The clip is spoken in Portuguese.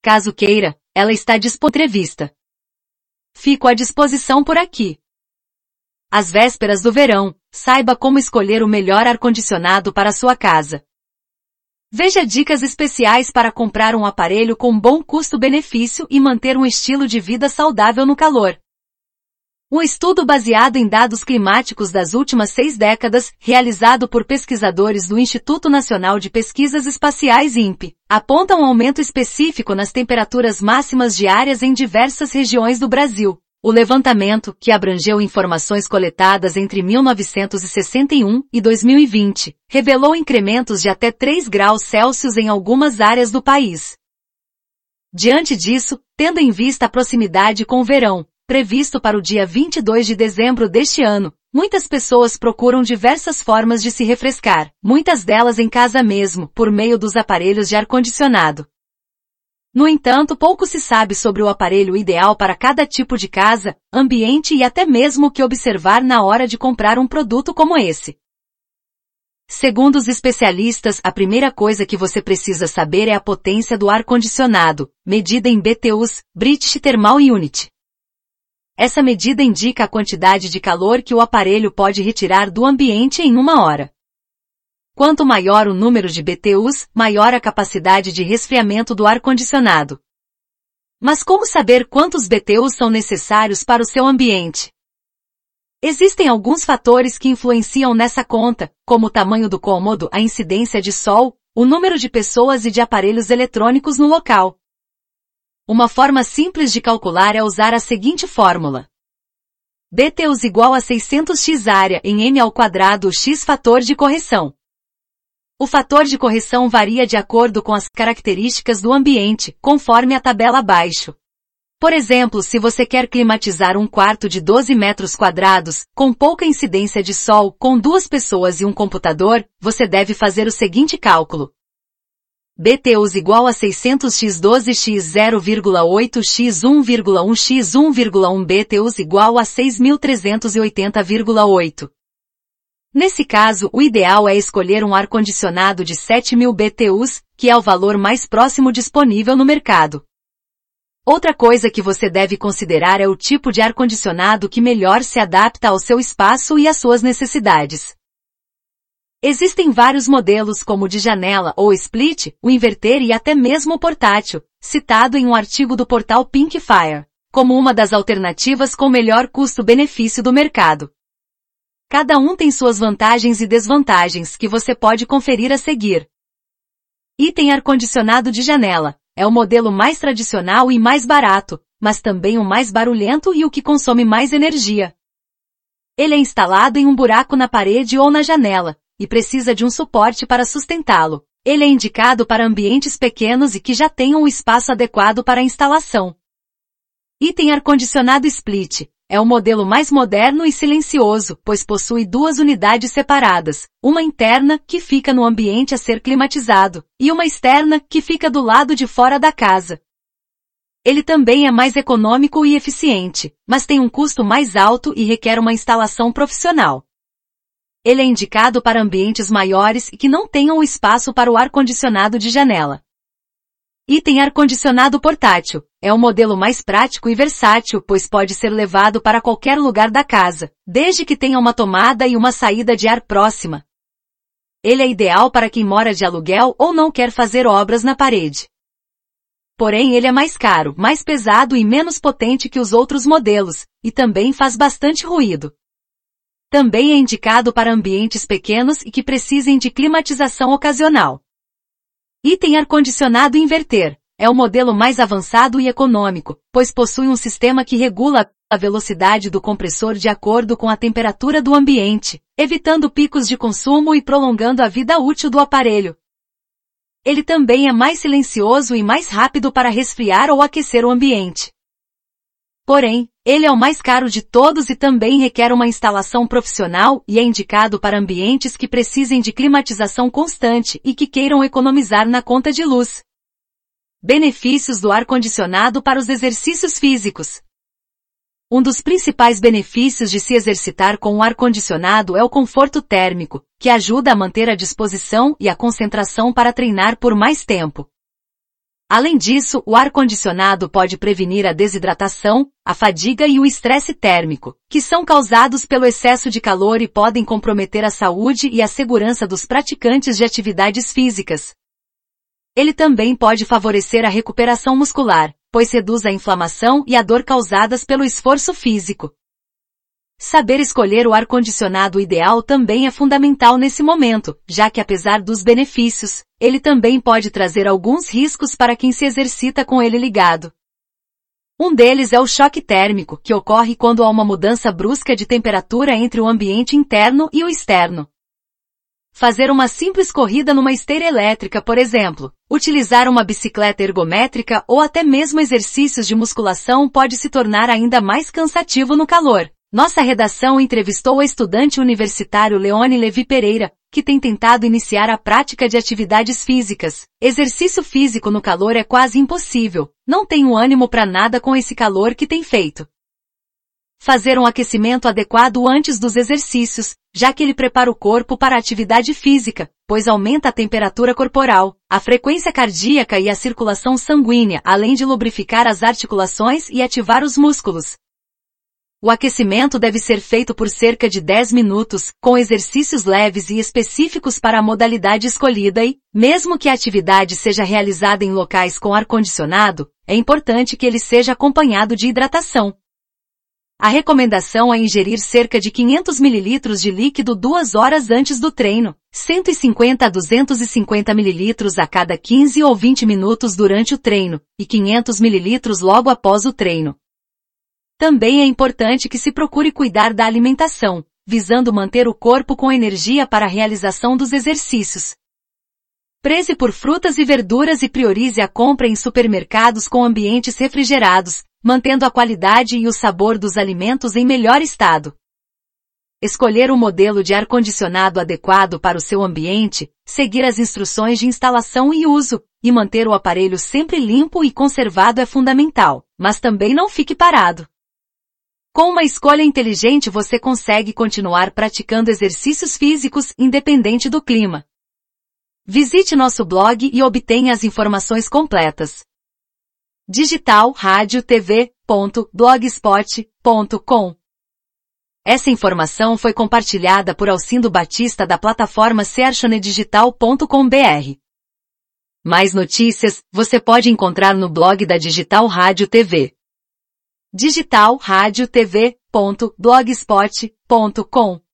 Caso queira, ela está disponível. Fico à disposição por aqui. Às vésperas do verão, saiba como escolher o melhor ar-condicionado para sua casa. Veja dicas especiais para comprar um aparelho com bom custo-benefício e manter um estilo de vida saudável no calor. Um estudo baseado em dados climáticos das últimas 6 décadas, realizado por pesquisadores do Instituto Nacional de Pesquisas Espaciais INPE, aponta um aumento específico nas temperaturas máximas diárias em diversas regiões do Brasil. O levantamento, que abrangeu informações coletadas entre 1961 e 2020, revelou incrementos de até 3 graus Celsius em algumas áreas do país. Diante disso, tendo em vista a proximidade com o verão, previsto para o dia 22 de dezembro deste ano, muitas pessoas procuram diversas formas de se refrescar, muitas delas em casa mesmo, por meio dos aparelhos de ar-condicionado. No entanto, pouco se sabe sobre o aparelho ideal para cada tipo de casa, ambiente e até mesmo o que observar na hora de comprar um produto como esse. Segundo os especialistas, a primeira coisa que você precisa saber é a potência do ar-condicionado, medida em BTUs, British Thermal Unit. Essa medida indica a quantidade de calor que o aparelho pode retirar do ambiente em uma hora. Quanto maior o número de BTUs, maior a capacidade de resfriamento do ar-condicionado. Mas como saber quantos BTUs são necessários para o seu ambiente? Existem alguns fatores que influenciam nessa conta, como o tamanho do cômodo, a incidência de sol, o número de pessoas e de aparelhos eletrônicos no local. Uma forma simples de calcular é usar a seguinte fórmula. BTUs igual a 600x área em m² x fator de correção. O fator de correção varia de acordo com as características do ambiente, conforme a tabela abaixo. Por exemplo, se você quer climatizar um quarto de 12 metros quadrados, com pouca incidência de sol, com 2 pessoas e um computador, você deve fazer o seguinte cálculo. BTUs igual a 600x 12x 0,8x 1,1x 1,1 BTUs igual a 6.380,8. Nesse caso, o ideal é escolher um ar-condicionado de 7.000 BTUs, que é o valor mais próximo disponível no mercado. Outra coisa que você deve considerar é o tipo de ar-condicionado que melhor se adapta ao seu espaço e às suas necessidades. Existem vários modelos como o de janela ou split, o inverter e até mesmo o portátil, citado em um artigo do portal Pink Fire, como uma das alternativas com melhor custo-benefício do mercado. Cada um tem suas vantagens e desvantagens que você pode conferir a seguir. Item ar-condicionado de janela. É o modelo mais tradicional e mais barato, mas também o mais barulhento e o que consome mais energia. Ele é instalado em um buraco na parede ou na janela, e precisa de um suporte para sustentá-lo. Ele é indicado para ambientes pequenos e que já tenham um espaço adequado para a instalação. Item ar-condicionado split. É o modelo mais moderno e silencioso, pois possui 2 unidades separadas, uma interna, que fica no ambiente a ser climatizado, e uma externa, que fica do lado de fora da casa. Ele também é mais econômico e eficiente, mas tem um custo mais alto e requer uma instalação profissional. Ele é indicado para ambientes maiores e que não tenham espaço para o ar-condicionado de janela. Item ar-condicionado portátil. É o modelo mais prático e versátil, pois pode ser levado para qualquer lugar da casa, desde que tenha uma tomada e uma saída de ar próxima. Ele é ideal para quem mora de aluguel ou não quer fazer obras na parede. Porém, ele é mais caro, mais pesado e menos potente que os outros modelos, e também faz bastante ruído. Também é indicado para ambientes pequenos e que precisem de climatização ocasional. Item ar-condicionado inverter. É o modelo mais avançado e econômico, pois possui um sistema que regula a velocidade do compressor de acordo com a temperatura do ambiente, evitando picos de consumo e prolongando a vida útil do aparelho. Ele também é mais silencioso e mais rápido para resfriar ou aquecer o ambiente. Porém, ele é o mais caro de todos e também requer uma instalação profissional e é indicado para ambientes que precisem de climatização constante e que queiram economizar na conta de luz. Benefícios do ar-condicionado para os exercícios físicos. Um dos principais benefícios de se exercitar com o ar-condicionado é o conforto térmico, que ajuda a manter a disposição e a concentração para treinar por mais tempo. Além disso, o ar-condicionado pode prevenir a desidratação, a fadiga e o estresse térmico, que são causados pelo excesso de calor e podem comprometer a saúde e a segurança dos praticantes de atividades físicas. Ele também pode favorecer a recuperação muscular, pois reduz a inflamação e a dor causadas pelo esforço físico. Saber escolher o ar-condicionado ideal também é fundamental nesse momento, já que apesar dos benefícios, ele também pode trazer alguns riscos para quem se exercita com ele ligado. Um deles é o choque térmico, que ocorre quando há uma mudança brusca de temperatura entre o ambiente interno e o externo. Fazer uma simples corrida numa esteira elétrica, por exemplo, utilizar uma bicicleta ergométrica ou até mesmo exercícios de musculação pode se tornar ainda mais cansativo no calor. Nossa redação entrevistou o estudante universitário Leone Levi Pereira, que tem tentado iniciar a prática de atividades físicas. Exercício físico no calor é quase impossível. Não tenho ânimo para nada com esse calor que tem feito. Fazer um aquecimento adequado antes dos exercícios, já que ele prepara o corpo para a atividade física, pois aumenta a temperatura corporal, a frequência cardíaca e a circulação sanguínea, além de lubrificar as articulações e ativar os músculos. O aquecimento deve ser feito por cerca de 10 minutos, com exercícios leves e específicos para a modalidade escolhida e, mesmo que a atividade seja realizada em locais com ar-condicionado, é importante que ele seja acompanhado de hidratação. A recomendação é ingerir cerca de 500 ml de líquido 2 horas antes do treino, 150 a 250 ml a cada 15 ou 20 minutos durante o treino, e 500 ml logo após o treino. Também é importante que se procure cuidar da alimentação, visando manter o corpo com energia para a realização dos exercícios. Preze por frutas e verduras e priorize a compra em supermercados com ambientes refrigerados, mantendo a qualidade e o sabor dos alimentos em melhor estado. Escolher um modelo de ar-condicionado adequado para o seu ambiente, seguir as instruções de instalação e uso, e manter o aparelho sempre limpo e conservado é fundamental, mas também não fique parado. Com uma escolha inteligente você consegue continuar praticando exercícios físicos independente do clima. Visite nosso blog e obtenha as informações completas. digitalradiotv.blogspot.com. Essa informação foi compartilhada por Alcindo Batista da plataforma searchonedigital.com.br. Mais notícias você pode encontrar no blog da Digital Rádio TV. digitalradiotv.blogspot.com